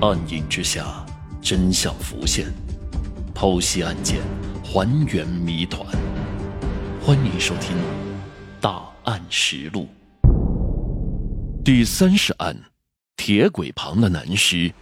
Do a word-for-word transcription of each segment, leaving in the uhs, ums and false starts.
暗影之下，真相浮现，剖析案件，还原谜团。欢迎收听《大案实录》第三十案：铁轨旁的男尸。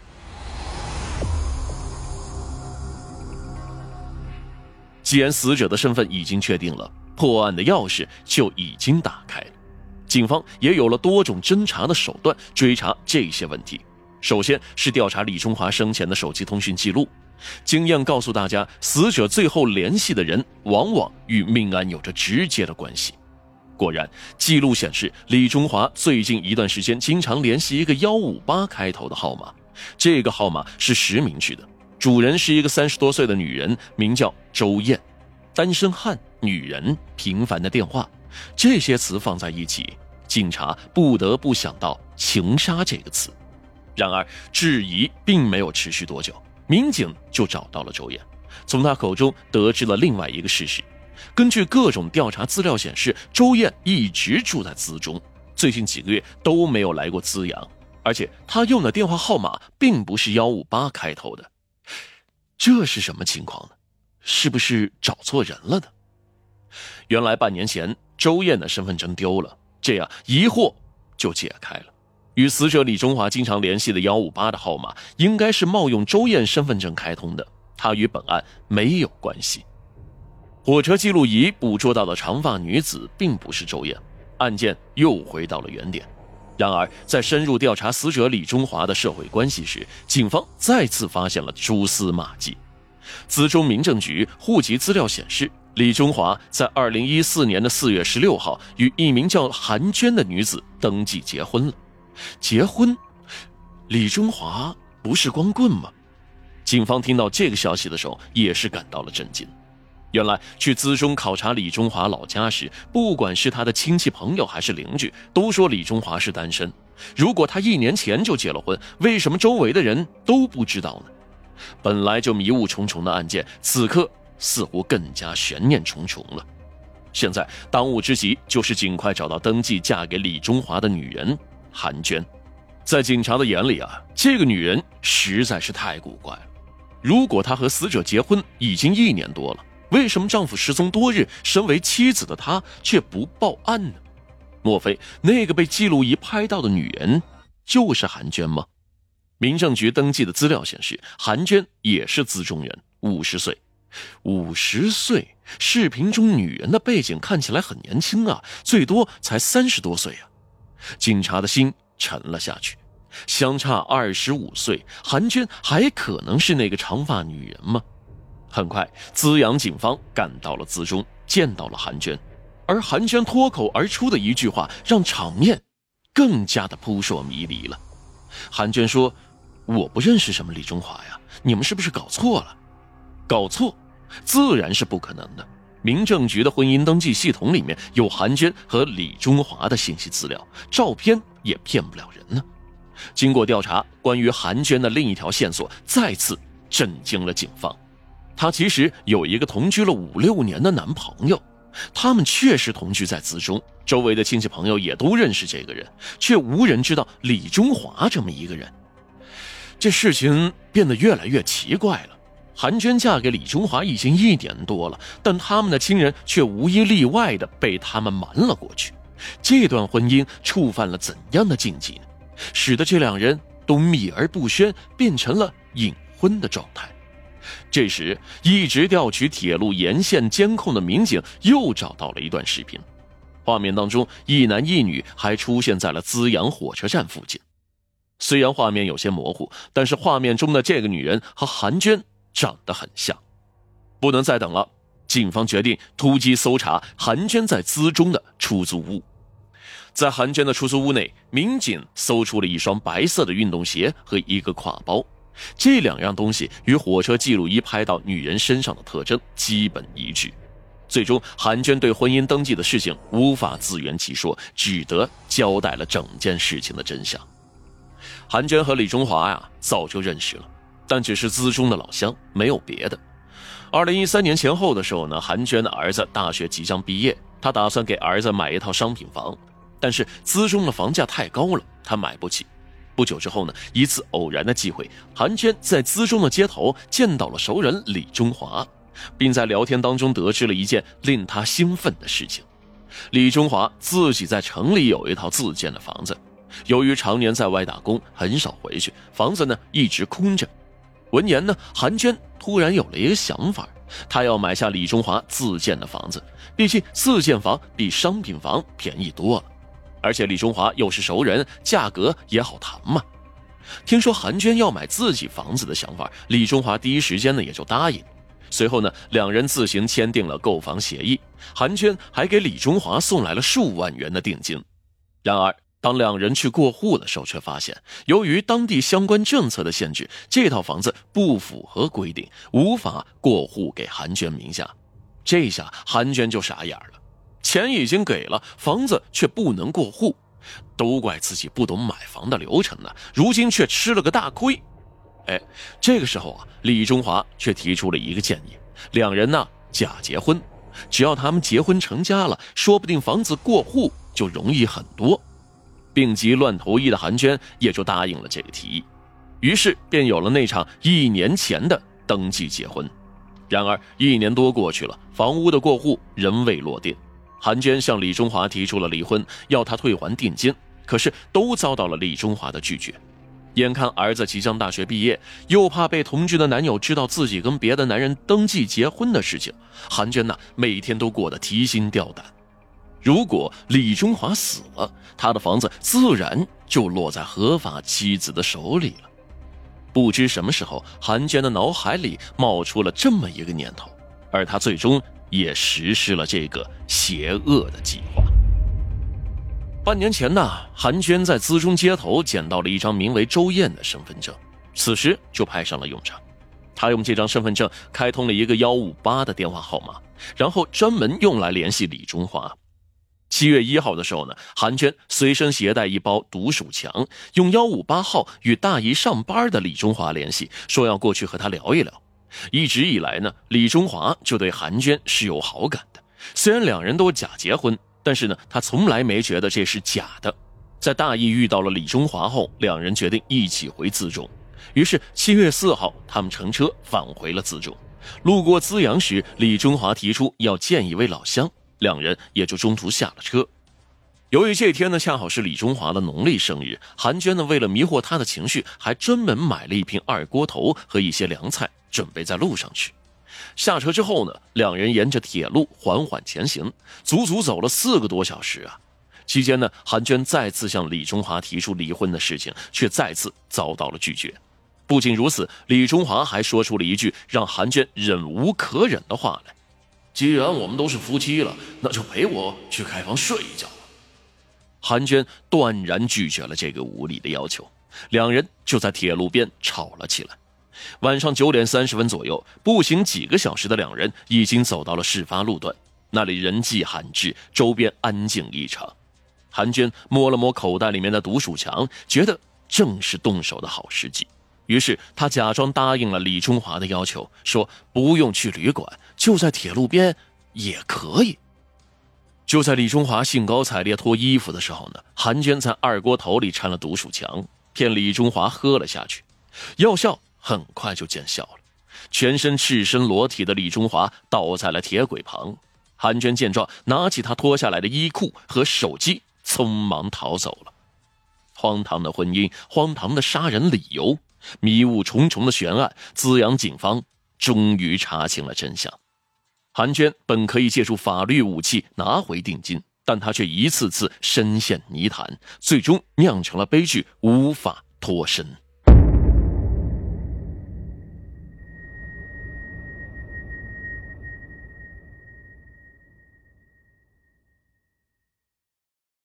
既然死者的身份已经确定了，破案的钥匙就已经打开了。警方也有了多种侦查的手段追查这些问题。首先是调查李中华生前的手机通讯记录。经验告诉大家，死者最后联系的人往往与命案有着直接的关系。果然，记录显示李中华最近一段时间经常联系一个一五八开头的号码，这个号码是实名制的，主人是一个三十多岁的女人，名叫周艳。单身汉、女人、频繁的电话，这些词放在一起，警察不得不想到情杀这个词。然而质疑并没有持续多久，民警就找到了周艳，从他口中得知了另外一个事实。根据各种调查资料显示，周艳一直住在资中，最近几个月都没有来过资阳，而且他用的电话号码并不是一五八开头的。这是什么情况呢？是不是找错人了呢？原来半年前周艳的身份证丢了，这样疑惑就解开了。与死者李中华经常联系的一五八的号码应该是冒用周艳身份证开通的，他与本案没有关系。火车记录仪捕捉到的长发女子并不是周艳，案件又回到了原点。然而在深入调查死者李中华的社会关系时，警方再次发现了蛛丝马迹。资中民政局户籍资料显示，李中华在二零一四年的四月十六号与一名叫韩娟的女子登记结婚了。结婚？李中华不是光棍吗？警方听到这个消息的时候也是感到了震惊。原来去资中考察李中华老家时，不管是他的亲戚朋友还是邻居，都说李中华是单身。如果他一年前就结了婚，为什么周围的人都不知道呢？本来就迷雾重重的案件，此刻似乎更加悬念重重了。现在当务之急就是尽快找到登记嫁给李中华的女人韩娟。在警察的眼里啊，这个女人实在是太古怪了。如果她和死者结婚已经一年多了，为什么丈夫失踪多日，身为妻子的她却不报案呢？莫非那个被记录仪拍到的女人就是韩娟吗？民政局登记的资料显示，韩娟也是资中人，五十岁。五十岁，视频中女人的背景看起来很年轻啊，最多才三十多岁啊。警察的心沉了下去，相差二十五岁，韩娟还可能是那个长发女人吗？很快，资阳警方赶到了资中，见到了韩娟，而韩娟脱口而出的一句话让场面更加的扑朔迷离了。韩娟说：“我不认识什么李中华呀，你们是不是搞错了？”搞错？自然是不可能的。民政局的婚姻登记系统里面有韩娟和李中华的信息资料，照片也骗不了人呢。经过调查，关于韩娟的另一条线索再次震惊了警方。她其实有一个同居了五六年的男朋友，他们确实同居在资中，周围的亲戚朋友也都认识这个人，却无人知道李中华这么一个人。这事情变得越来越奇怪了。韩娟嫁给李中华已经一年多了，但他们的亲人却无一例外的被他们瞒了过去。这段婚姻触犯了怎样的禁忌呢？使得这两人都秘而不宣，变成了隐婚的状态。这时，一直调取铁路沿线监控的民警又找到了一段视频，画面当中一男一女还出现在了资阳火车站附近。虽然画面有些模糊，但是画面中的这个女人和韩娟长得很像。不能再等了，警方决定突击搜查韩娟在资中的出租屋。在韩娟的出租屋内，民警搜出了一双白色的运动鞋和一个挎包，这两样东西与火车记录仪拍到女人身上的特征基本一致。最终，韩娟对婚姻登记的事情无法自圆其说，只得交代了整件事情的真相。韩娟和李中华呀，早就认识了，但只是资中的老乡，没有别的。二零一三年前后的时候呢，韩娟的儿子大学即将毕业，他打算给儿子买一套商品房，但是资中的房价太高了，他买不起。 不久之后呢，一次偶然的机会，韩娟在资中的街头见到了熟人李中华，并在聊天当中得知了一件令他兴奋的事情。李中华自己在城里有一套自建的房子，由于常年在外打工，很少回去，房子呢一直空着。闻言呢，韩娟突然有了一个想法，她要买下李中华自建的房子，毕竟自建房比商品房便宜多了，而且李中华又是熟人，价格也好谈嘛。听说韩娟要买自己房子的想法，李中华第一时间呢也就答应。随后呢，两人自行签订了购房协议，韩娟还给李中华送来了数万元的定金。然而当两人去过户的时候，却发现由于当地相关政策的限制，这套房子不符合规定，无法过户给韩娟名下。这下韩娟就傻眼了，钱已经给了，房子却不能过户，都怪自己不懂买房的流程呢，如今却吃了个大亏。哎，这个时候啊，李中华却提出了一个建议，两人呢假结婚，只要他们结婚成家了，说不定房子过户就容易很多。病急乱投医的韩娟也就答应了这个提议，于是便有了那场一年前的登记结婚。然而一年多过去了，房屋的过户仍未落定，韩娟向李中华提出了离婚，要他退还定金，可是都遭到了李中华的拒绝。眼看儿子即将大学毕业，又怕被同居的男友知道自己跟别的男人登记结婚的事情，韩娟呢每天都过得提心吊胆。如果李中华死了，他的房子自然就落在合法妻子的手里了。不知什么时候，韩娟的脑海里冒出了这么一个念头，而她最终也实施了这个邪恶的计划。半年前呢，韩娟在资中街头捡到了一张名为周燕的身份证，此时就派上了用场。她用这张身份证开通了一个一五八的电话号码，然后专门用来联系李中华。七月一号的时候呢，韩娟随身携带一包毒鼠强，用一五八号与大姨上班的李中华联系，说要过去和他聊一聊。一直以来呢，李中华就对韩娟是有好感的，虽然两人都假结婚，但是呢，他从来没觉得这是假的。在大姨遇到了李中华后，两人决定一起回资中。于是七月四号，他们乘车返回了资中。路过资阳时，李中华提出要见一位老乡，两人也就中途下了车。由于这天呢恰好是李中华的农历生日，韩娟呢为了迷惑他的情绪，还专门买了一瓶二锅头和一些凉菜，准备在路上吃。下车之后呢，两人沿着铁路缓缓前行，足足走了四个多小时啊。期间呢，韩娟再次向李中华提出离婚的事情，却再次遭到了拒绝。不仅如此，李中华还说出了一句让韩娟忍无可忍的话来：既然我们都是夫妻了，那就陪我去开房睡一觉吧。韩娟断然拒绝了这个无理的要求，两人就在铁路边吵了起来。晚上九点三十分左右，步行几个小时的两人已经走到了事发路段，那里人迹罕至，周边安静异常。韩娟摸了摸口袋里面的毒鼠强，觉得正是动手的好时机，于是她假装答应了李中华的要求，说不用去旅馆，就在铁路边也可以。就在李中华兴高采烈脱衣服的时候呢，韩娟在二锅头里掺了毒鼠强，骗李中华喝了下去，药效很快就见效了。全身赤身裸体的李中华倒在了铁轨旁，韩娟见状，拿起他脱下来的衣裤和手机，匆忙逃走了。荒唐的婚姻，荒唐的杀人理由，迷雾重重的悬案，资阳警方终于查清了真相。韩娟本可以借助法律武器拿回定金，但她却一次次深陷泥潭，最终酿成了悲剧，无法脱身。